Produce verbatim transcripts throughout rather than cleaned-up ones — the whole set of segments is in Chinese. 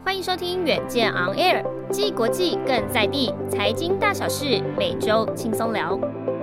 欢迎收听远见 On Air， 既国际更在地，财经大小事每周轻松聊。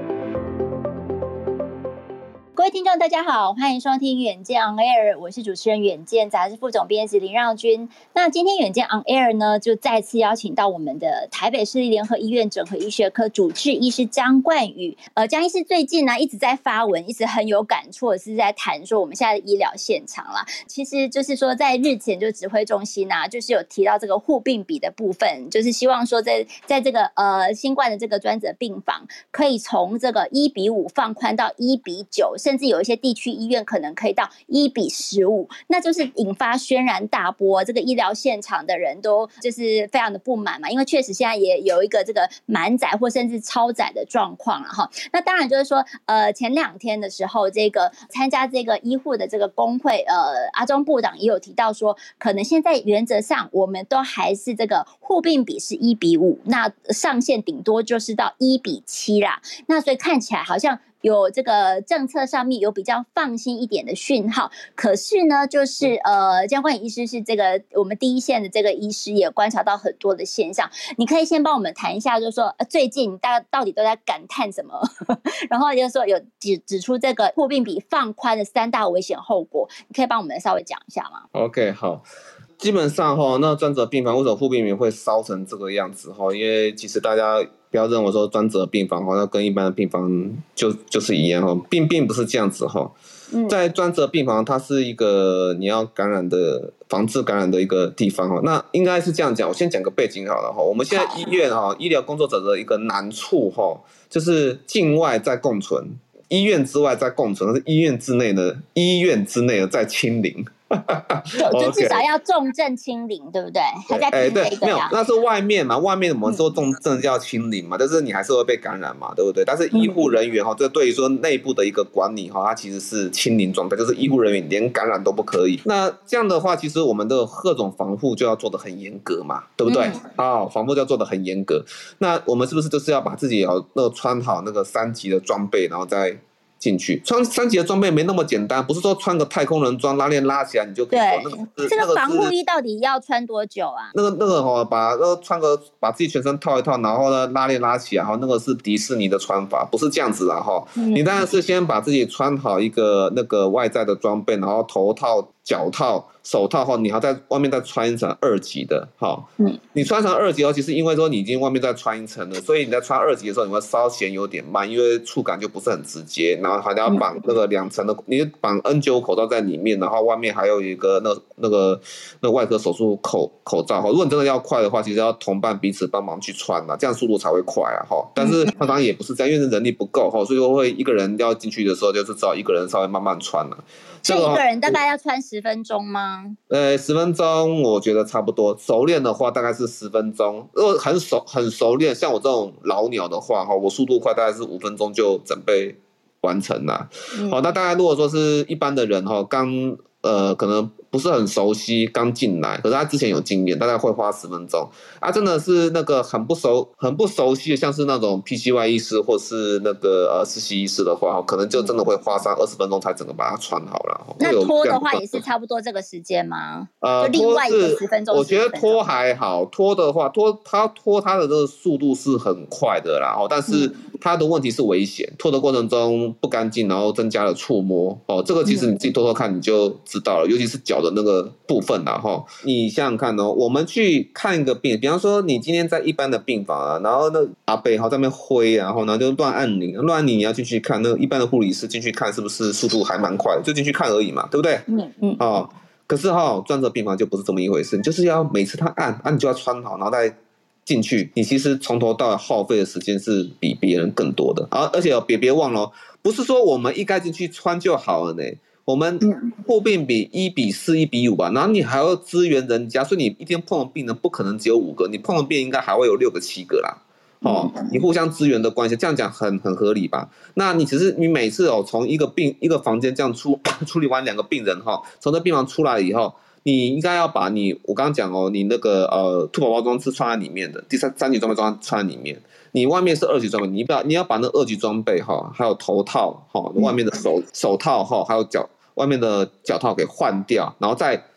各位听众大家好，欢迎收听远见 On Air， 我是主持人远见杂志副总编辑林让均。那今天远见 On Air 呢，就再次邀请到我们的台北市立联合医院整合医学科主治医师姜冠宇。呃，姜医师最近呢一直在发文，一直很有感触，是在谈说我们现在的医疗现场啦。其实就是说，在日前就指挥中心啊，就是有提到这个护病比的部分，就是希望说在在这个呃新冠的这个专责病房，可以从这个一比五放宽到一比九，甚至有一些地区医院可能可以到一比十五，那就是引发轩然大波，这个医疗现场的人都就是非常的不满嘛，因为确实现在也有一个这个满载或甚至超载的状况了哈。那当然就是说，呃，前两天的时候，这个参加这个医护的这个工会，呃，阿中部长也有提到说，可能现在原则上我们都还是这个护病比是一比五，那上限顶多就是到一比七啦。那所以看起来好像有这个政策上面有比较放心一点的讯号，可是呢，就是呃，姜冠宇医师是这个我们第一线的这个医师，也观察到很多的现象。你可以先帮我们谈一下，就是说、呃、最近大家到底都在感叹什么？然后就是说有指指出这个护病比放宽的三大危险后果，你可以帮我们稍微讲一下吗 ？OK， 好。基本上哈，那专责病房为什么护病比会烧成这个样子哈？因为其实大家不要认为说专责病房哈，那跟一般的病房就就是一样哈，并并不是这样子哈。在专责病房，它是一个你要感染的防治感染的一个地方哈。那应该是这样讲，我先讲个背景好了哈。我们现在医院哈，医疗工作者的一个难处哈，就是境外在共存，医院之外在共存，但是医院之内的医院之内的在清零。 就, 就至少要重症清零，对不对？还在拼这个呀、 欸、没有，那是外面嘛，外面我们说重症要清零嘛，嗯、但是你还是会被感染嘛，对不对？但是医护人员哈，这对于说内部的一个管理哈，它其实是清零状态，就是医护人员连感染都不可以。那这样的话，其实我们的各种防护就要做得很严格嘛，对不对？啊、嗯哦，防护就要做得很严格。那我们是不是就是要把自己要那个穿好那个三级的装备，然后再进去？穿三级的装备没那么简单，不是说穿个太空人装拉链拉起来你就可以走。 对，这个防护衣到底要穿多久啊？ 那个那个哈，把那个穿个把自己全身套一套，然后呢拉链拉起来哈，那个是迪士尼的穿法，不是这样子啦哈。嗯、你当然是先把自己穿好一个那个外在的装备，然后头套、脚套、手套后，你还在外面再穿一层二级的哈。嗯，你穿成二级后，其实因为说你已经外面再穿一层了，所以你在穿二级的时候，你会稍显有点慢，因为触感就不是很直接，然后还要绑那个两层的，你绑 N 九五 口罩在里面，然后外面还有一个那那个那个外科手术口口罩哈。如果你真的要快的话，其实要同伴彼此帮忙去穿啦，这样速度才会快啊哈。但是常常也不是这样，因为人力不够哈，所以会一个人要进去的时候，就是只好一个人稍微慢慢穿了。 这一个人大概要穿十分钟吗？ 呃，十分钟我觉得差不多。熟练的话大概是十分钟，如果很熟很熟练，像我这种老鸟的话，哈，我速度快，大概是五分钟就准备完成了。嗯、好，那大概如果说是一般的人哈，刚呃可能不是很熟悉，刚进来，可是他之前有经验，大概会花十分钟啊。真的是那个很不熟、很不熟悉的，像是那种 P C Y 医师或是那个呃实习医师的话，可能就真的会花上二十分钟才整个把它穿好了。 那脱的话也是差不多这个时间吗？ 呃， 就另外一个十分钟。 我觉得脱还好，脱的话，脱它脱它的这个速度是很快的啦，但是它的问题是危险，脱的过程中不干净，然后增加了触摸哦，这个其实你自己脱脱看你就知道了，尤其是脚的那个部分啦哈。你想想看哦，我们去看一个病，比方说你今天在一般的病房啊，然后那阿伯好在那边挥啊，然后呢就乱按铃，乱按铃你要进去看，那个一般的护理师进去看是不是速度还蛮快的，就进去看而已嘛，对不对？嗯嗯。哦，可是哈、哦，专责病房就不是这么一回事，你就是要每次他按按、啊、你就要穿好，然后再进去，你其实从头到尾耗费的时间是比别人更多的。而而且别别忘了，不是说我们一盖进去穿就好了呢。我们护病比一比四、一比五吧，然后你还要支援人家，所以你一天碰的病人不可能只有五个，你碰的病人应该还会有六个、七个啦。哦，你互相支援的关系，这样讲很很合理吧？那你只是你每次哦，从一个病一个房间这样出处理完两个病人哈、哦，从这病房出来以后，你应该要把你我刚刚讲哦，你那个呃兔宝宝装是穿在里面的，第三三级装备装穿在里面，你外面是二级装备，你不要你要把那二级装备哈、哦，还有头套哈、哦，外面的手手套哈、哦，还有脚外面的脚套给换掉，然后再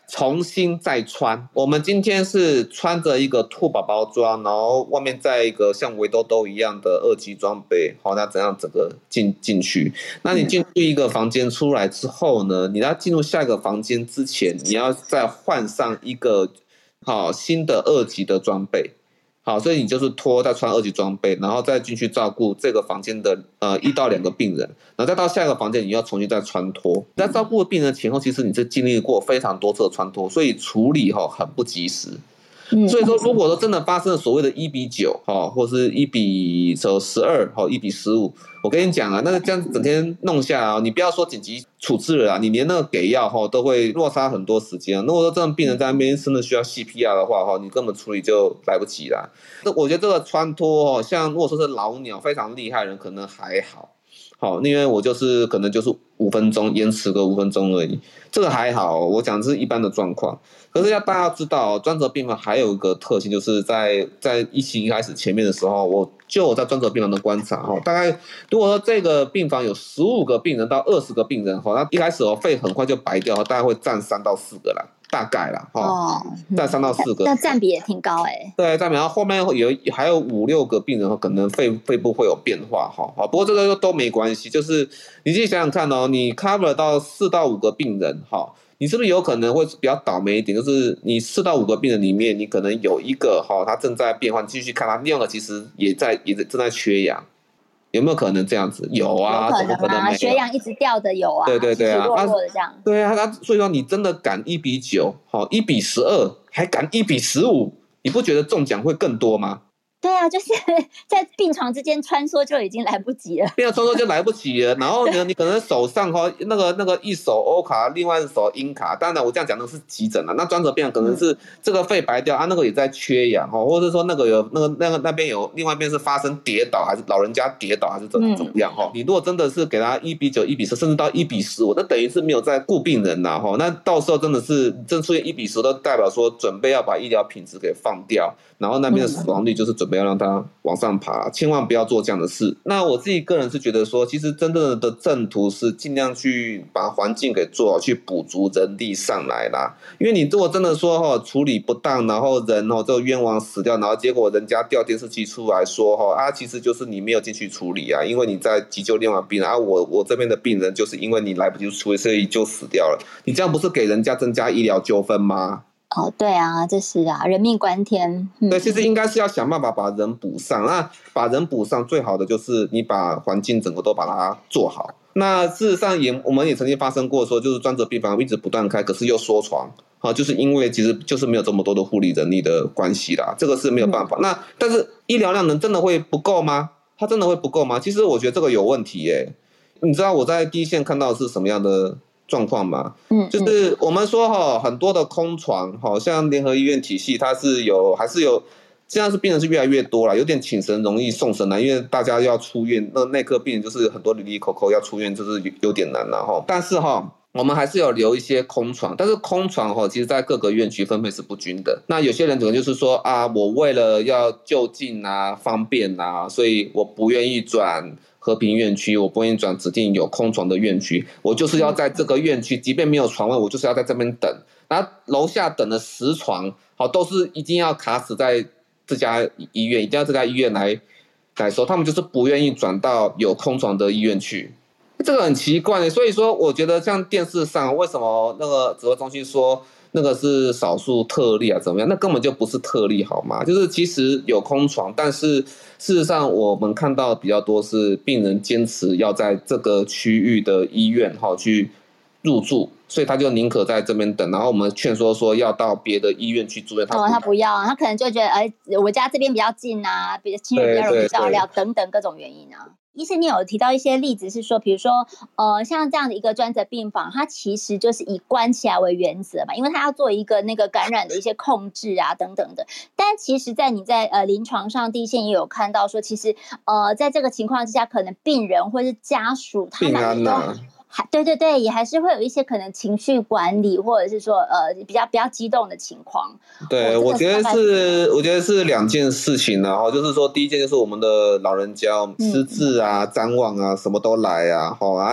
重新再穿。我们今天是穿着一个兔宝宝装，然后外面再一个像围兜兜一样的二级装备，好，那怎样整个进进去？那你进去一个房间出来之后呢，你要进入下一个房间之前，你要再换上一个好新的二级的装备。好，所以你就是脱再穿二级装备，然后再进去照顾这个房间的呃一到两个病人，然后再到下一个房间，你要重新再穿脱。在照顾病人前后，其实你是经历过非常多次的穿脱，所以处理哈、哦、很不及时。所以说，如果说真的发生了所谓的一比九哈，或是一比十二哈，一比十五，我跟你讲啊，那个这样整天弄下来啊，你不要说紧急处置了啊，你连那个给药哈都会落差很多时间啊。如果说这种病人在那边真的需要 C P R 的话哈，你根本处理就来不及啦。那我觉得这个穿脱哦，像如果说是老鸟非常厉害的人，可能还好。好，因为我就是可能就是五分钟延迟个五分钟而已，这个还好，我讲的是一般的状况。可是要大家要知道，专责病房还有一个特性，就是在在疫情一开始前面的时候，我就我在专责病房的观察哈，大概如果说这个病房有十五个病人到二十个病人哈，那一开始哦肺很快就白掉，大概会占三到四个啦。大概啦，哈、哦，占三到四个， 那占比也挺高哎、欸。 对，占比，然后后面有还有五六个病人可能肺肺部会有变化哈，好，不过这个都没关系，就是你自己想想看哦，你 cover 到四到五个病人哈，你是不是有可能会比较倒霉一点？就是你四到五个病人里面，你可能有一个哈，他正在变化，你继续看他，另外一个其实也在也正在缺氧。有没有可能这样子？有啊， 有可能啊， 怎么可能没有？ 血氧一直掉的有啊， 对对对啊， 弱弱的这样。 对啊，他所以说你真的赶一比九，好一比十二，还赶一比十五，你不觉得中奖会更多吗？ 对啊，就是在病床之间穿梭就已经来不及了， 病床穿梭就来不及了。然后呢，你可能手上哈那个那个一手欧卡，另外一手英卡。当然我这样讲的是急诊了，那专责病人可能是这个肺白掉、嗯、啊，那个也在缺氧哈，或者说那个有那个那个那边有另外一边是发生跌倒，还是老人家跌倒，还是怎么怎么样哈、嗯？你如果真的是给他一比九、一比十，甚至到一比十五，那等于是没有在顾病人呐哈。那到时候真的是真出现一比十，都代表说准备要把医疗品质给放掉，然后那边的死亡率就是准备要让他往上爬，千万不要做这样的事。那我自己个人是觉得说，其实真正的正途是尽量去把环境给做好，去补足人力上来啦。因为你如果真的说哈处理不当，然后人哦就冤枉死掉，然后结果人家调监视器出来说哈啊，其实就是你没有进去处理啊，因为你在急救另外病人啊，我我这边的病人就是因为你来不及处理，所以就死掉了。你这样不是给人家增加医疗纠纷吗？ 哦，对啊，这是啊，人命关天。嗯、 对，其实应该是要想办法把人补上。那把人补上，最好的就是你把环境整个都把它做好。那事实上也，我们也曾经发生过说，就是专责病房一直不断开，可是又缩床，好，就是因为其实就是没有这么多的护理人力的关系啦，这个是没有办法。嗯、那但是医疗量能真的会不够吗？它真的会不够吗？其实我觉得这个有问题耶、欸。你知道我在第一线看到的是什么样的状况嘛，嗯，就是我们说哈，很多的空床，好像联合医院体系，它是有还是有，现在是病人是越来越多了，有点请神容易送神难，因为大家要出院，那内科病人就是很多里里口口要出院，就是有有点难了哈。但是哈，我们还是有留一些空床，但是空床哈，其实在各个院区分配是不均的。那有些人可能就是说啊，我为了要就近啊、方便啊，所以我不愿意转和平院区，我不愿意转指定有空床的院区，我就是要在这个院区，即便没有床位，我就是要在这边等。然后楼下等了十床，好，都是一定要卡死在这家医院，一定要这家医院来来收，他们就是不愿意转到有空床的医院去。这个很奇怪，所以说我觉得像电视上为什么那个指挥中心说那个是少数特例啊怎么样，那根本就不是特例好吗？就是其实有空床，但是事实上我们看到比较多是病人坚持要在这个区域的医院去入住，所以他就宁可在这边等，然后我们劝说说要到别的医院去住院，他不要、 哦、他不要，他可能就觉得哎，我家这边比较近啊，比亲人比较容易照料等等各种原因啊。医生，你有提到一些例子是说，比如说，呃，像这样的一个专责病房，它其实就是以关起来为原则嘛，因为它要做一个那个感染的一些控制啊，等等的。但其实，在你在呃临床上第一线也有看到说，其实呃在这个情况之下，可能病人或是家属他们都。还对对对，也还是会有一些可能情绪管理，或者是说呃比较比较激动的情况。 对，哦、我觉得是，我觉得是两件事情啊，哈，就是说第一件就是我们的老人家失智啊、谵妄啊，什么都来啊，哈啊，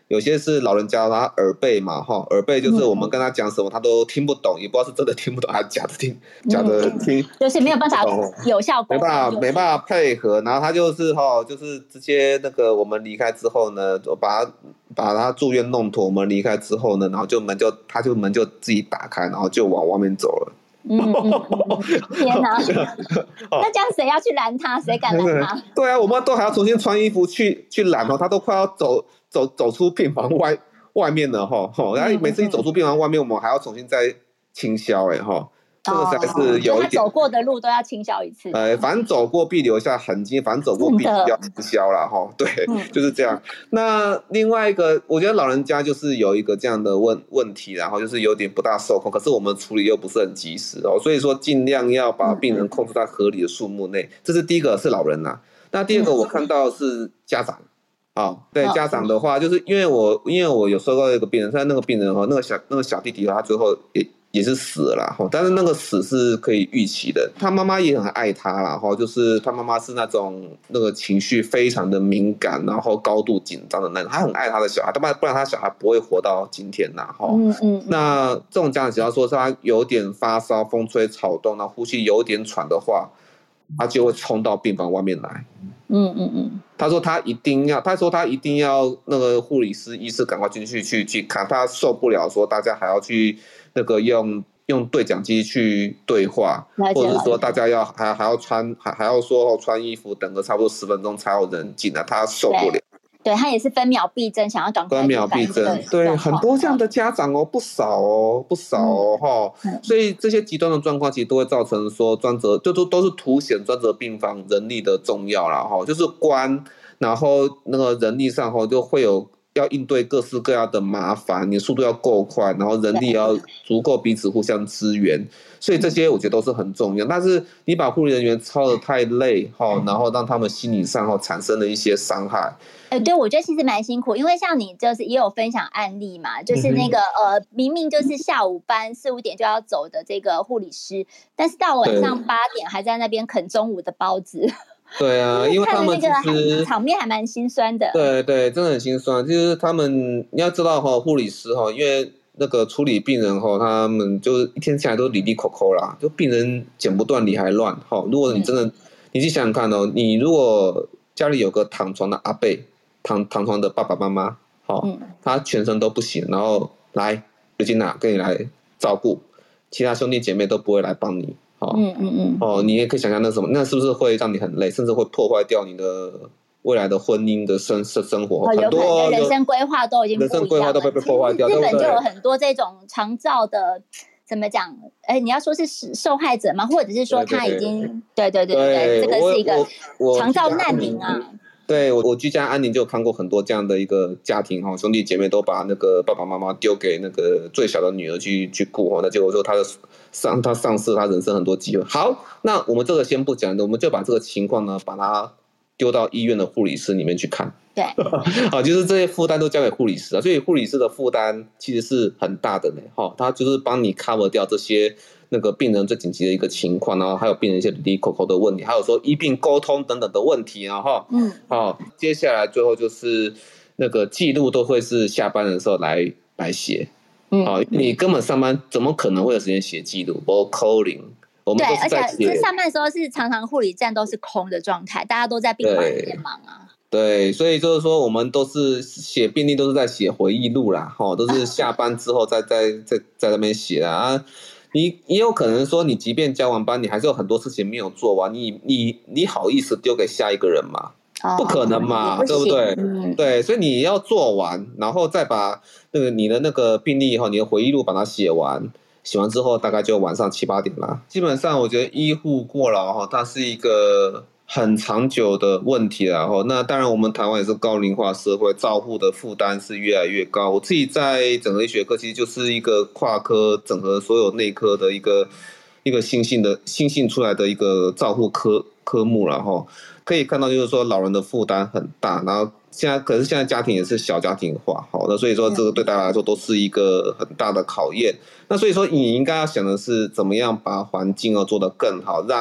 有些是老人家他耳背嘛，哈，耳背就是我们跟他讲什么他都听不懂，也不知道是真的听不懂还是假的听，假的听， 嗯、就是没有办法有效沟通， 没办法没办法配合，然后他就是哈，就是直接那个我们离开之后呢，就把他把他住院弄妥，我们离开之后呢，然后就门就他就门就自己打开，然后就往外面走了。 嗯嗯嗯，天哪！那这样谁要去拦他？谁敢拦他？ 对啊，我们都还要重新穿衣服去去拦哦，他都快要走走走出病房外外面了哈，然后每次一走出病房外面，我们还要重新再清消哎哈。这个才是有一点， 他走过的路都要清消一次。 呃，反正走过必留下痕迹，反正走过必要清消啦哈。对，嗯、就是这样。那另外一个，我觉得老人家就是有一个这样的问问题，然后就是有点不大受控，可是我们处理又不是很及时哦，所以说尽量要把病人控制在合理的数目内。嗯、这是第一个是老人呐、啊，那第二个我看到是家长。哦，对家长的话，就是因为我因为我有收到一个病人，但那个病人哈，那个小那个小弟弟他最后也也是死了啦，哈，但是那个死是可以预期的。他妈妈也很爱他啦，哈，就是他妈妈是那种那个情绪非常的敏感，然后高度紧张的那种，他很爱他的小孩，不然不然他小孩不会活到今天呐，哈。嗯嗯。那这种家长只要说是他有点发烧、风吹草动，然后呼吸有点喘的话，他就会冲到病房外面来。嗯嗯嗯，他说他一定要，他说他一定要那个护理师、医师赶快进去去去看，他受不了说大家还要去那个用用对讲机去对话，或者是说大家要还还要穿还还要说穿衣服，等个差不多十分钟才有人进来，他受不了。 对他也是分秒必争，想要赶快分秒必争，对，很多这样的家长哦，不少哦，不少哦，哈、嗯，所以这些极端的状况其实都会造成说专责，就都都是凸显专责病房人力的重要啦，哈，就是官，然后那个人力上哈就会有要应对各式各样的麻烦，你速度要够快，然后人力要足够彼此互相支援，所以这些我觉得都是很重要。但是你把护理人员操得太累哈，然后让他们心理上哈产生了一些伤害。 哎、欸，对，我觉得其实蛮辛苦，因为像你就是也有分享案例嘛，就是那个、嗯、呃，明明就是下午班四五点就要走的这个护理师，但是到晚上八点还在那边啃中午的包子。 对啊，因为他们其实场面还蛮心酸的。 对对，真的很心酸。就是他们你要知道哈，护理师哈，因为那个处理病人哈，他们就是一天下来都里里口口啦，就病人剪不断理还乱哈。如果你真的，嗯、你去想想看哦，你如果家里有个躺床的阿伯。躺躺床的爸爸妈妈，好、哦嗯，他全身都不行，然后来刘金娜跟你来照顾，其他兄弟姐妹都不会来帮你，好、哦，嗯嗯嗯，哦，你也可以想象那什么，那是不是会让你很累，甚至会破坏掉你的未来的婚姻的生生活， 哦、很多人生规划都已经不一样了， 人生规划都被被破坏掉， 日本就有很多这种长照的。怎么讲？哎，你要说是受害者吗？或者是说他已经对对对 对, 对，这个是一个长照难民啊。 对，我我居家安宁就有看过很多这样的一个家庭哈，兄弟姐妹都把那个爸爸妈妈丢给那个最小的女儿去去顾哈，那结果说他的丧他丧失他人生很多机会。好，那我们这个先不讲，我们就把这个情况呢，把它丢到医院的护理师里面去看。 对， 好，就是这些负担都交给护理师啊，所以护理师的负担其实是很大的呢，哈，他就是帮你 cover 掉这些那个病人最紧急的一个情况，然后还有病人一些里里口口的问题，还有说医病沟通等等的问题啊，哈，嗯，好，接下来最后就是那个记录都会是下班的时候来来写，嗯，好，你根本上班怎么可能会有时间写记录？我 calling。我们对，而且上班的时候是常常护理站都是空的状态，大家都在病房里面忙啊。 对，所以就是说，我们都是写病历，都是在写回忆录啦，哈，都是下班之后再在在在那边写啦啊。你也有可能说，你即便交完班，你还是有很多事情没有做完，你你你好意思丢给下一个人吗？哦、不可能嘛，不对不对？嗯、对，所以你要做完，然后再把那个你的那个病历哈，你的回忆录把它写完。写完之后大概就晚上七八点啦。基本上我觉得医护过劳哈，它是一个很长久的问题啦哈。那当然我们台湾也是高龄化社会，照护的负担是越来越高。我自己在整合医学科其实就是一个跨科整合所有内科的一个一个新兴的新兴出来的一个照护科科目啦哈。可以看到就是说老人的负担很大，然后现在可是现在家庭也是小家庭化，好，那所以说这个对大家来说都是一个很大的考验。那所以说你应该要想的是怎么样把环境哦做得更好，让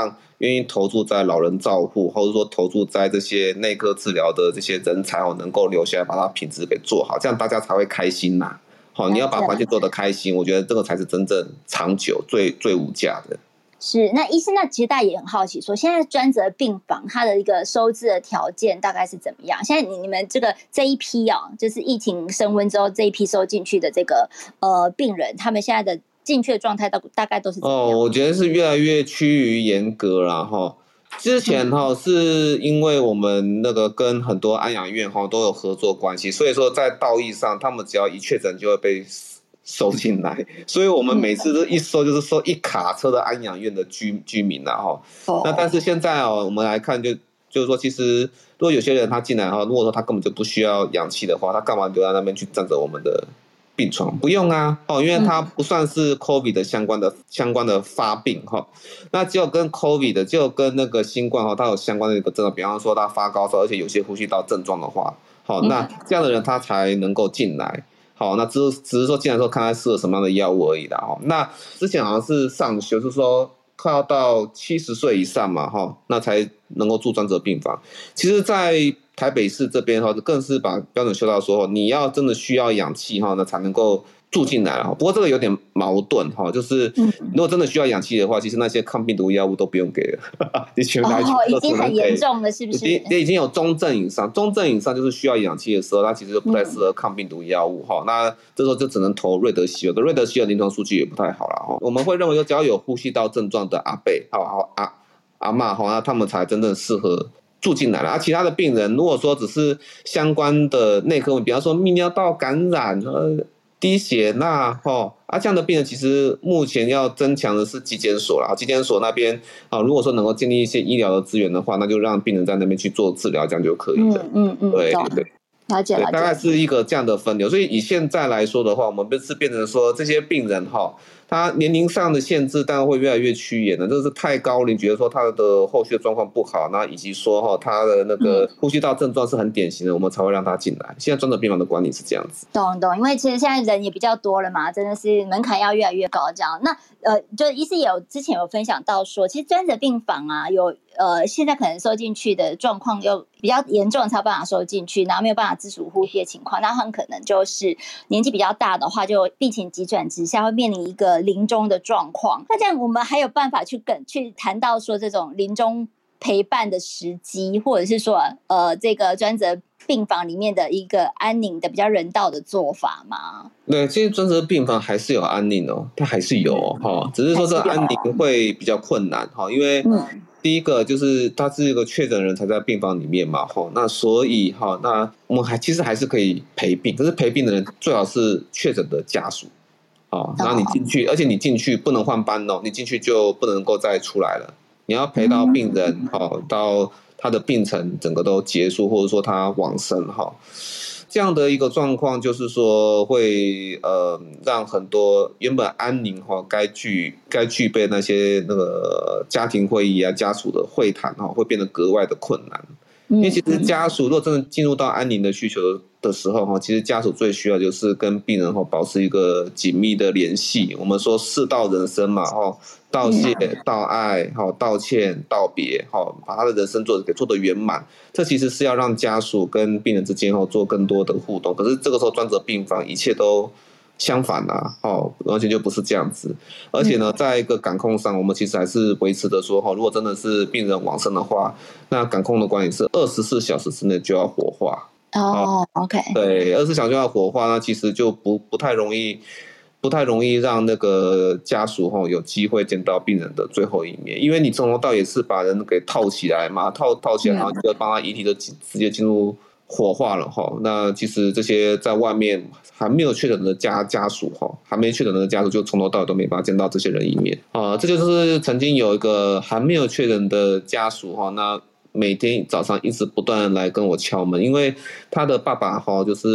愿意投注在老人照护，或者说投注在这些内科治疗的这些人才哦，能够留下来把它品质给做好，这样大家才会开心呐、啊。好，你要把环境做得开心，我觉得这个才是真正长久、最最无价的。 是，那医生，那其实大家也很好奇说，现在专责病房它的一个收治的条件大概是怎么样？现在你你们这个这一批啊，就是疫情升温之后这一批收进去的这个呃病人，他们现在的进去的状态大大概都是怎么样？ 哦，我觉得是越来越趋于严格啦哈。之前哈是因为我们那个跟很多安养院哈都有合作关系，所以说在道义上，他们只要一确诊就会被收进来，所以我们每次都一收就是收一卡车的安养院的居居民啦哈。那但是现在哦，我们来看就就是说，其实如果有些人他进来哈，如果说他根本就不需要氧气的话，他干嘛留在那边去站着我们的病床？不用啊，哦，因为它不算是 COVID 的相关的相关的发病哈，那只有跟 COVID 的，只有跟那个新冠哈，它有相关的一个症状，比方说他发高烧，而且有些呼吸道症状的话，好，那这样的人他才能够进来。好，那只只是说进来之后看他适合什么样的药物而已啦。哈，那之前好像是上修，就是说快要到七十岁以上嘛，哈，那才能够住专责病房。其实，在台北市这边哈，更是把标准修到说，你要真的需要氧气哈，那才能够住进来了。不过这个有点矛盾哈，就是如果真的需要氧气的话，其实那些抗病毒药物都不用给了，你全来哦，已经很严重了，是不是？ 已经已经有中症以上，中症以上就是需要氧气的时候，它其实就不太适合抗病毒药物哈、嗯。那这时候就只能投瑞德西尔，可瑞德西尔临床数据也不太好啦哈。我们会认为说，只要有呼吸道症状的阿伯、好好阿阿嬷哈，那他们才真正适合住进来了。啊，其他的病人如果说只是相关的内科，比方说泌尿道感染呃。低血钠哈啊，这样的病人其实目前要增强的是疾检所啦，疾检所那边啊，如果说能够建立一些医疗的资源的话，那就让病人在那边去做治疗，这样就可以了。 嗯嗯嗯， 对对。 了解了解， 大概是一个这样的分流，所以以现在来说的话，我们不是变成说这些病人哈，他年龄上的限制当然会越来越趋严的，这是太高龄，觉得说他的后续的状况不好，那以及说哈他的那个呼吸道症状是很典型的，我们才会让他进来。现在专责病房的管理是这样子， 懂懂，因为其实现在人也比较多了嘛，真的是门槛要越来越高这样。那呃，就医师也有之前有分享到说，其实专责病房啊有。呃，现在可能收进去的状况又比较严重，才有办法收进去，然后没有办法自主呼吸的情况，那很可能就是年纪比较大的话，就病情急转直下，会面临一个临终的状况。那这样我们还有办法去跟去谈到说这种临终陪伴的时机，或者是说呃这个专责病房里面的一个安宁的比较人道的做法吗？ 对，其实专责病房还是有安宁哦，它还是有哦，嗯、只是说这个安宁会比较困难哈，因为嗯。第一个就是他是一个确诊人才在病房里面嘛，吼，那所以哈，那我们还其实还是可以陪病，可是陪病的人最好是确诊的家属，哦，然后你进去，而且你进去不能换班哦，你进去就不能够再出来了，你要陪到病人哈，到他的病程整个都结束，或者说他往生哈。这样的一个状况，就是说会呃让很多原本安宁哈该具该具备那些那个家庭会议啊、家属的会谈哈，会变得格外的困难。因为其实家属如果真的进入到安宁的需求的时候哈，其实家属最需要就是跟病人哈保持一个紧密的联系。我们说世道人生嘛哈，道谢、道爱、哈道歉、道别，哈把他的人生做给做得圆满。这其实是要让家属跟病人之间哈做更多的互动。可是这个时候专责病房一切都相反啦、啊，哦，完全就不是这样子。而且呢，在一个感控上，我们其实还是维持的说，哈，如果真的是病人往生的话，那感控的管理是二十四小时之内就要火化。 哦、oh, ，OK， 对，二十四小时就要火化，那其实就不不太容易，不太容易让那个家属哈有机会见到病人的最后一面，因为你从头到尾是把人给套起来嘛，套套起来，然后就帮他遗体就直接进入火化了哈。那其实这些在外面还没有确诊的家家属哈，还没确诊的家属就从头到尾都没办法见到这些人一面啊。这就是曾经有一个还没有确诊的家属哈，那每天早上一直不断来跟我敲门，因为他的爸爸哈就是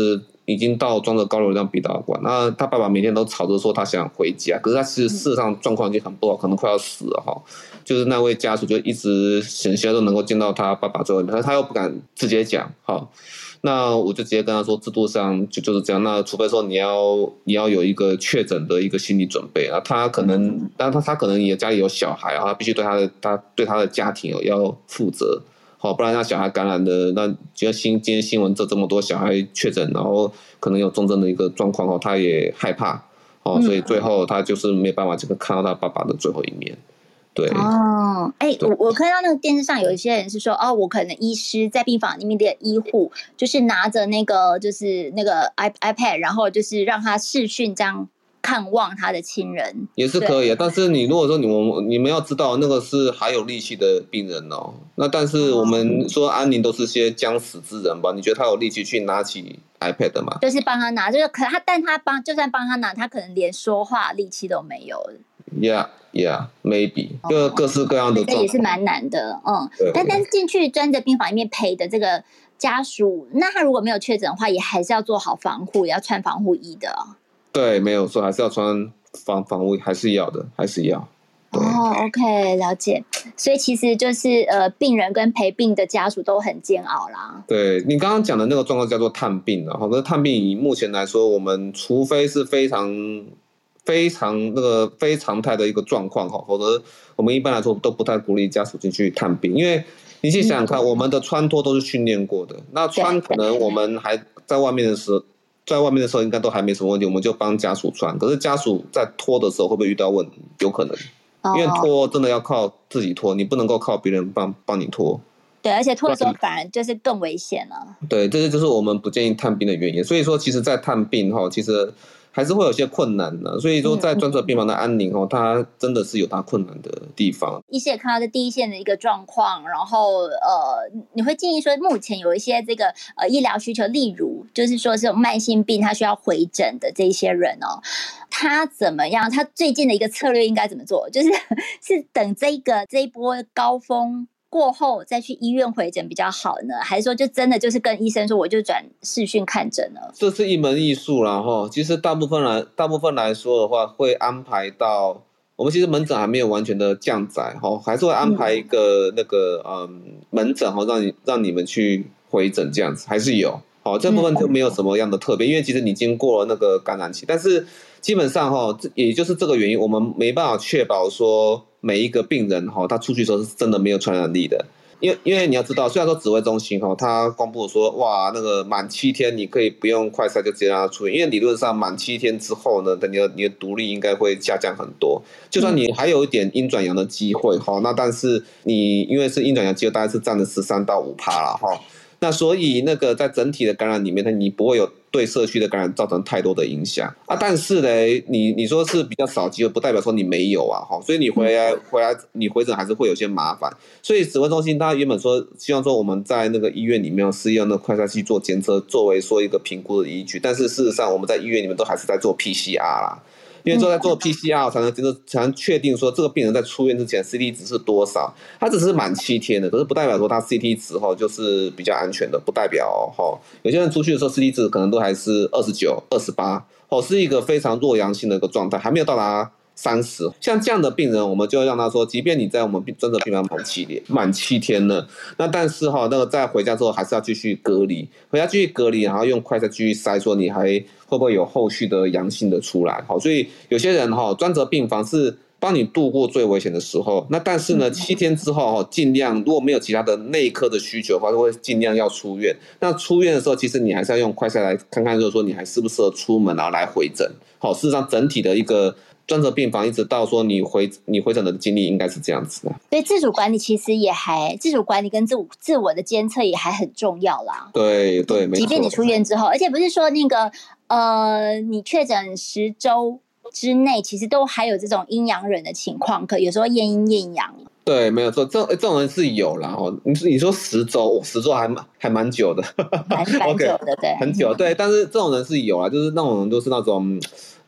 已经到装着高流量鼻导管，那他爸爸每天都吵着说他想回家，可是他其实事实上状况已经很不好，可能快要死了哈。就是那位家属就一直很希望都能够见到他爸爸最后一面，可是他又不敢直接讲哈。那我就直接跟他说，制度上就就是这样。那除非说你要你要有一个确诊的一个心理准备啊，他可能，但他他可能也家里有小孩啊，他必须对他的他对他的家庭要负责，好，不然他小孩感染的，那今天新今天新闻这这么多小孩确诊，然后可能有重症的一个状况哦，他也害怕哦，所以最后他就是没办法这个看到他爸爸的最后一面。对哦，哎、欸，我我看到那个电视上有一些人是说，哦，我可能医师在病房里面的医护，就是拿着那个就是那个 iPad， 然后就是让他视讯这样看望他的亲人， 也是可以啊。但是你如果说你们你们要知道，那个是还有力气的病人哦。那但是我们说安宁都是些将死之人吧？你觉得他有力气去拿起 iPad 吗？ 就是帮他拿，就是可他，但他帮就算帮他拿，他可能连说话力气都没有。 Yeah, yeah, maybe， 各各式各样的状况， 这也是蛮难的，嗯。但但是进去专责病房里面陪的这个家属，那他如果没有确诊的话，也还是要做好防护，也要穿防护衣的。 对，没有错，还是要穿防防护衣，还是要的，还是要。 哦 ，OK， 了解。所以其实就是呃，病人跟陪病的家属都很煎熬啦。 对，你刚刚讲的那个状况叫做探病啊，可是探病以目前来说，我们除非是非常。非常那个非常态的一个状况哈，否则我们一般来说都不太鼓励家属进去探病，因为你去想想看，我们的穿脱都是训练过的，那穿可能我们还在外面的时候，在外面的时候应该都还没什么问题，我们就帮家属穿。可是家属在脱的时候会不会遇到问题？有可能，因为脱真的要靠自己脱，你不能够靠别人帮帮你脱。 对，而且脱的时候反而就是更危险了。 对，这就是我们不建议探病的原因。所以说，其实，在探病哈，其实。还是会有些困难的，所以说在专责病房的安宁哦，它真的是有它困难的地方。 医师也看到这第一线的一个状况，然后呃，你会建议说，目前有一些这个呃医疗需求，例如就是说这种慢性病，他需要回诊的这一些人哦，他怎么样？他最近的一个策略应该怎么做？就是是等这个这一波高峰过后再去医院回诊比较好呢，还是说就真的就是跟医生说我就转视讯看诊呢？ 这是一门艺术啦齁，其实大部分来大部分来说的话，会安排到我们其实门诊还没有完全的降载齁，还是会安排一个那个嗯门诊齁，让你让你们去回诊这样子，还是有。好，这部分就没有什么样的特别，因为其实你经过了那个感染期，但是基本上齁，也就是这个原因，我们没办法确保说。每一个病人哈，他出去的时候是真的没有传染力的，因为因为你要知道，虽然说指挥中心哈，他公布说哇，那个满七天你可以不用快筛就直接让他出院，因为理论上满七天之后呢，你的你的毒力应该会下降很多，就算你还有一点阴转阳的机会哈，那但是你因为是阴转阳机会大概是占了十三到五趴啦哈，那所以那个在整体的感染里面呢，你不会有。对社区的感染造成太多的影响啊，但是呢，你你说是比较少机会，不代表说你没有啊，哈，所以你回来回来你回诊还是会有些麻烦。所以指挥中心他原本说希望说我们在那个医院里面是用那快筛器做监测，作为说一个评估的依据，但是事实上我们在医院里面都还是在做 P C R 啦。因为说在做 P C R 才能才能确定说这个病人在出院之前 C T 值是多少，他只是满七天的，可是不代表说他 C T 值齁就是比较安全的，不代表齁有些人出去的时候 C T 值可能都还是二十九、二十八，齁是一个非常弱阳性的一个状态，还没有到达三十。像这样的病人，我们就让他说，即便你在我们专责病房满七天，满七天了，那但是齁那个在回家之后还是要继续隔离，回家继续隔离，然后用快筛继续筛，说你还。会不会有后续的阳性的出来？好，所以有些人哈，专责病房是帮你度过最危险的时候。那但是呢，七天之后哈，尽量如果没有其他的内科的需求的话，就会尽量要出院。那出院的时候，其实你还是要用快筛来看看，就是说你还适不适合出门，然后来回诊。好，事实上整体的一个专责病房，一直到说你回你回诊的经历应该是这样子的。 所以自主管理其实也还自主管理跟自我自我的监测也还很重要啦。 对对，没错。 即便你出院之后，而且不是说那个。呃，你确诊十周之内，其实都还有这种阴阳人的情况，可有时候验阴验阳。 对，没有错，这这种人是有啦哦。你你说十周，十周还蛮还蛮久的， 蛮蛮久的，对， 很久，对。但是这种人是有啊，就是那种人都是那种，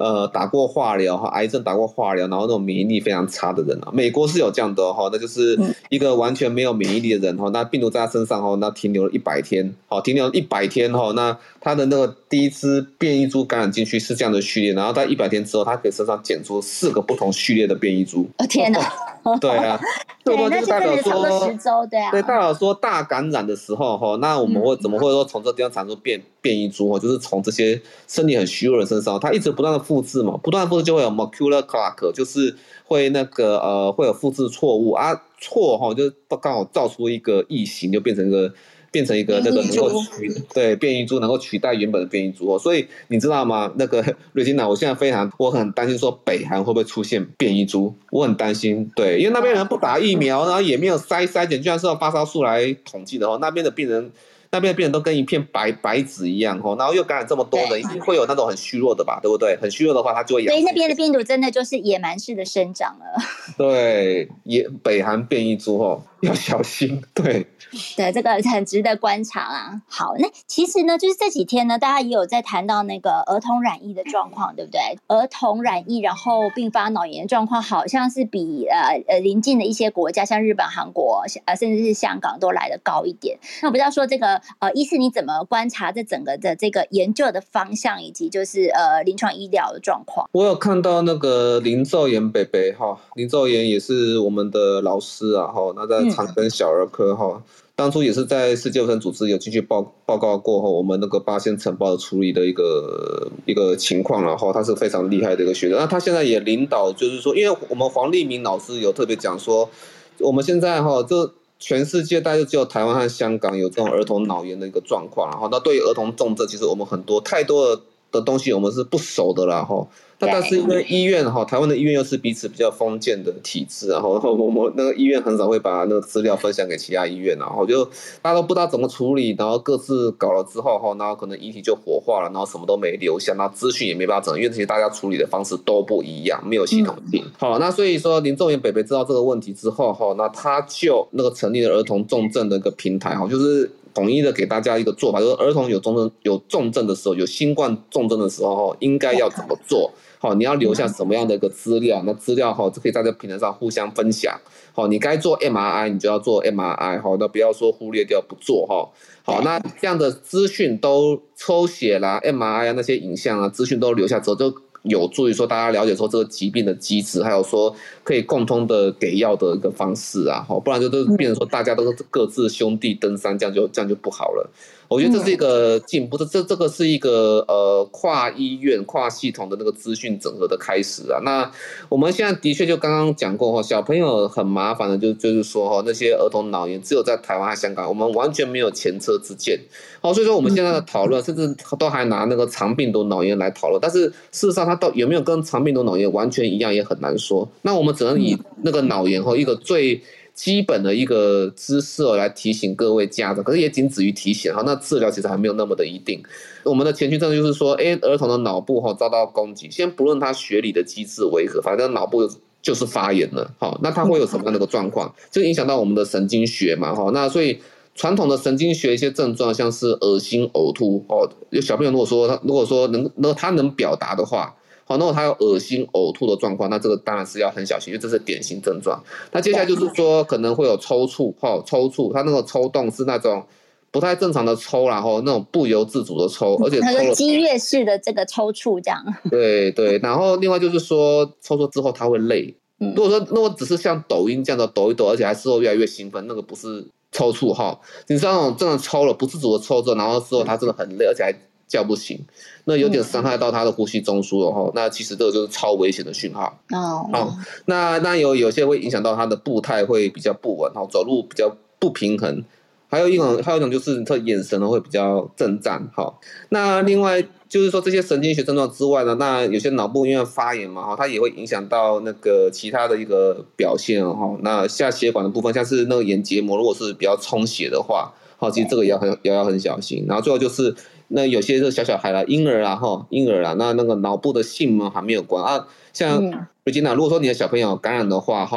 呃打过化疗哈，癌症打过化疗，然后那种免疫力非常差的人啊，美国是有这样的哈，那就是一个完全没有免疫力的人哈，那病毒在他身上哈，那停留了一百天，好，停留了一百天哈，那他的那个第一支变异株感染进去是这样的序列，然后在一百天之后，他可以身上检出四个不同序列的变异株。 哦天哪！ 对啊， 对，那就代表差不多十周，对啊。 对，代表说大感染的时候哈，那我们会怎么会说从这地方产出变变异株哈？就是从这些身体很虚弱的身上，它一直不断的复制嘛，不断的复制就会有 molecular clock， 就是会那个呃会有复制错误啊，错哈就刚好造出一个异形，就变成一个。变成一个那个能够取对变异株能够取代原本的变异株哦，所以你知道吗？那个瑞金娜，我现在非常我很担心说北韩会不会出现变异株，我很担心，对，因为那边人不打疫苗，然后也没有筛筛检，居然是用发烧数来统计的哦，那边的病人。那边的病人都跟一片白白纸一样然后又感染这么多人，一定会有那种很虚弱的吧，对不对？很虚弱的话，他就会养。 所以那边的病毒真的就是野蛮式的生长了。 对，也北韩变异株哦，要小心。对， 对，这个很值得观察啦。好，那其实呢，就是这几天呢，大家也有在谈到那个儿童染疫的状况，对不对？儿童染疫然后并发脑炎的状况，好像是比呃呃邻近的一些国家，像日本、韩国，呃甚至是香港都来得高一点。那我不知道说这个。呃，医师你怎么观察这整个的这个研究的方向，以及就是呃临床医疗的状况？ 我有看到那个林兆妍北北哈，林兆妍也是我们的老师啊哈，那在长庚小儿科哈、嗯，当初也是在世界卫生组织有进去报报告过后，我们那个八仙尘爆的处理的一个一个情况然后他是非常厉害的一个学者，那他现在也领导，就是说，因为我们黄立明老师有特别讲说，我们现在哈就。全世界大概就只有台湾和香港有这种儿童脑炎的一个状况，然后那对于儿童重症，其实我们很多太多的的东西我们是不熟的啦哈。那但是因为医院哈，台湾的医院又是彼此比较封建的体制，然后我们那个医院很少会把那个资料分享给其他医院，然后就大家都不知道怎么处理，然后各自搞了之后哈，然后可能遗体就火化了，然后什么都没留下，然后资讯也没办法整，因为这些大家处理的方式都不一样，没有系统性。嗯、好，那所以说林仲元北北知道这个问题之后哈，那他就那个成立了儿童重症的一个平台哈，就是。统一的给大家一个做法，就是儿童有重症有重症的时候，有新冠重症的时候，应该要怎么做？好，你要留下什么样的一个资料？那资料哈，就可以在这平台上互相分享。好，你该做 M R I， 你就要做 M R I， 好，那不要说忽略掉不做哈。好，那这样的资讯都抽血啦、M R I 啊那些影像啊，资讯都留下之后，就有助于说大家了解说这个疾病的机制，还有说可以共通的给药的一个方式啊，不然就都变成说大家都是各自兄弟登山，这样就这样就不好了。我觉得这是一个进步，这这这个是一个呃跨医院、跨系统的那个资讯整合的开始啊。那我们现在的确就刚刚讲过哈，小朋友很麻烦的就就是说哈，那些儿童脑炎只有在台湾和香港，我们完全没有前车之鉴。好，所以说我们现在的讨论，甚至都还拿那个肠病毒脑炎来讨论，但是事实上它到有没有跟肠病毒脑炎完全一样也很难说。那我们只能以那个脑炎哈一个最基本的一个知识来提醒各位家长，可是也仅止于提醒哈。那治疗其实还没有那么的一定。我们的前驱症就是说，哎，儿童的脑部哈遭到攻击，先不论他学理的机制为何，反正脑部就是发炎了。好，那它会有什么样的一个状况？就影响到我们的神经学嘛。哈，那所以传统的神经学一些症状，像是恶心、呕吐哦，有小朋友如果说他如果说能能他能表达的话。好，如果他有恶心、呕吐的状况，那这个当然是要很小心，因为这是典型症状。那接下来就是说，可能会有抽搐，哈，抽搐，他那个抽动是那种不太正常的抽，然后那种不由自主的抽，而且抽了激越式的这个抽搐，这样。对对，然后另外就是说，抽搐之后他会累。如果说如果只是像抖音这样的抖一抖，而且还事后越来越兴奋，那个不是抽搐哈。你知道那种真的抽了不自主的抽着，然后之后他真的很累，而且还叫不醒，那有点伤害到他的呼吸中枢了哈、嗯。那其实这个就是超危险的讯号。 哦， 好，那那有有些会影响到他的步态会比较不稳，哈，走路比较不平衡。还有一种，还有一种就是他眼神会比较震颤。好，那另外就是说这些神经学症状之外呢，那有些脑部因为发炎嘛，哈，它也会影响到那个其他的一个表现哈。那下血管的部分，像是那个眼结膜，如果是比较充血的话，好，其实这个也要很也要很小心。然后最后就是。那有些是小小孩啦，婴儿啦，哈，婴儿啦，那那个脑部的性嘛还没有关啊。像 Regina，、嗯、如果说你的小朋友感染的话，哈，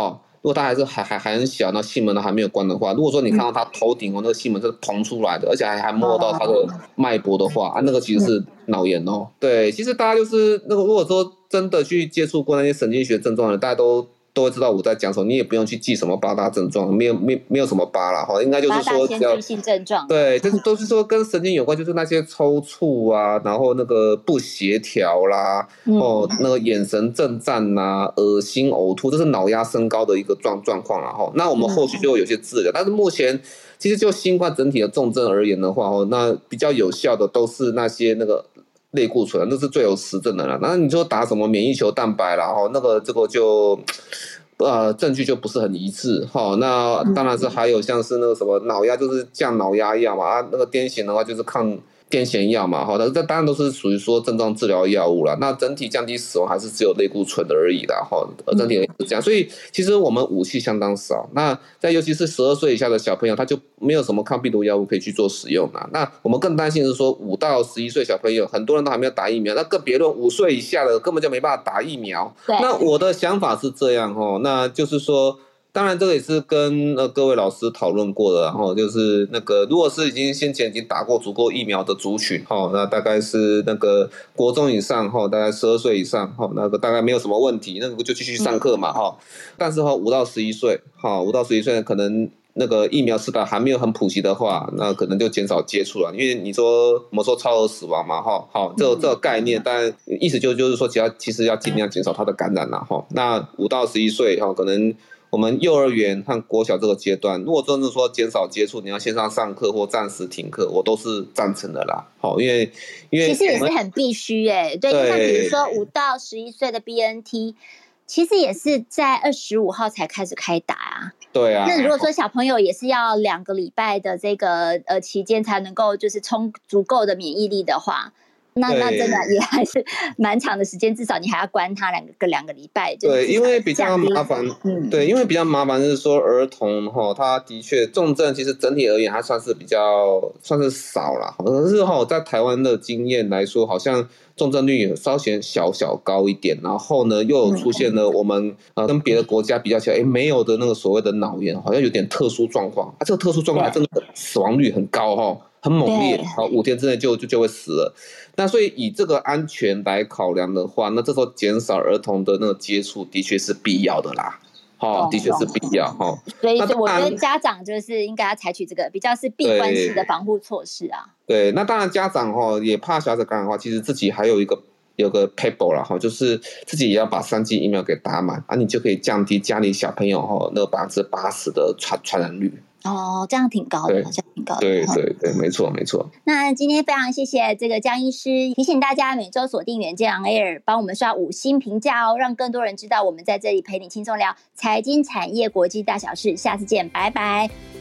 如果他还是还还还很小，那囟门都还没有关的话，如果说你看到他头顶哦那个囟门是膨出来的，而且还还摸到他的脉搏的话，啊，那个其实是脑炎哦。对，其实大家就是那个，如果说真的去接触过那些神经学症状的，大家都。都会知道我在讲什么，你也不用去记什么八大症状，没有没没有什么八啦哈，应该就是说八大先驱性症状， 对，就是都是说跟神经有关，就是那些抽搐啊，然后那个不协调啦，嗯、哦，那个眼神震颤呐、恶心、呕吐，这是脑压升高的一个状状况啦哈。那我们后续就会有些治疗，但是目前其实就新冠整体的重症而言的话，哦，那比较有效的都是那些那个。类固醇那是最有实证的了，那你说打什么免疫球蛋白啦，哈，那个这个就，呃，证据就不是很一致，哈。那当然是还有像是那个什么脑压，就是降脑压药嘛，啊，那个癫痫的话就是抗癫痫药嘛，哈，但是这当然都是属于说症状治疗药物啦。那整体降低死亡还是只有类固醇的而已啦，哈，整体是这样。所以其实我们武器相当少。那在尤其是十二岁以下的小朋友，他就没有什么抗病毒药物可以去做使用啦。那我们更担心的是说，五到十一岁小朋友，很多人都还没有打疫苗，那更别论五岁以下的，根本就没办法打疫苗。那我的想法是这样哈，那就是说。当然，这个也是跟呃各位老师讨论过的，然后就是那个，如果是已经先前已经打过足够疫苗的族群，哈，那大概是那个国中以上，哈，大概十二岁以上，哈，那个大概没有什么问题，那个就继续上课嘛，哈。但是哈，五到十一岁，哈，五到十一岁可能那个疫苗施打还没有很普及的话，那可能就减少接触了，因为你说我们说超额死亡嘛，哈，好，这个这个概念，但意思就就是说，只要其实要尽量减少它的感染啦，哈。那五到十一岁，哈，可能。我们幼儿园和国小这个阶段，如果真的说减少接触，你要线上上课或暂时停课，我都是赞成的啦。好，因为因为其实也是很必须诶、欸，对，就像比如说五到十一岁的 B N T， 其实也是在二十五号才开始开打啊。 对啊。 那如果说小朋友也是要两个礼拜的这个呃期间才能够就是充足够的免疫力的话。那那真的也还是蛮长的时间，至少你还要关他两个两个礼拜。 对，因为比较麻烦，嗯，对，因为比较麻烦是说儿童哈，他的确重症其实整体而言，它算是比较算是少啦。可是哈，在台湾的经验来说，好像重症率有稍显小小高一点，然后呢，又有出现了我们呃跟别的国家比较起来，哎，没有的那个所谓的脑炎，好像有点特殊状况啊。这个特殊状况还真的死亡率很高哈。很猛烈，好，五天之内就就就会死了。那所以以这个安全来考量的话，那这时候减少儿童的那个接触的确是必要的啦。哦，的确是必要哈。 所以我觉得家长就是应该要采取这个比较是闭关式的防护措施啊。 对，那当然家长哈也怕小孩子感染的话，其实自己还有一个有个 paper 啦哈，就是自己也要把三剂疫苗给打满啊，你就可以降低家里小朋友哈那百分之八十的传传染率。 哦，这样挺高的，这样挺高的。 对对对，没错没错。 那今天非常谢谢这个江医师提醒大家，每周锁定远见 On Air， 帮我们刷五星评价哦，让更多人知道我们在这里陪你轻松聊财经、产业、国际大小事。下次见，拜拜。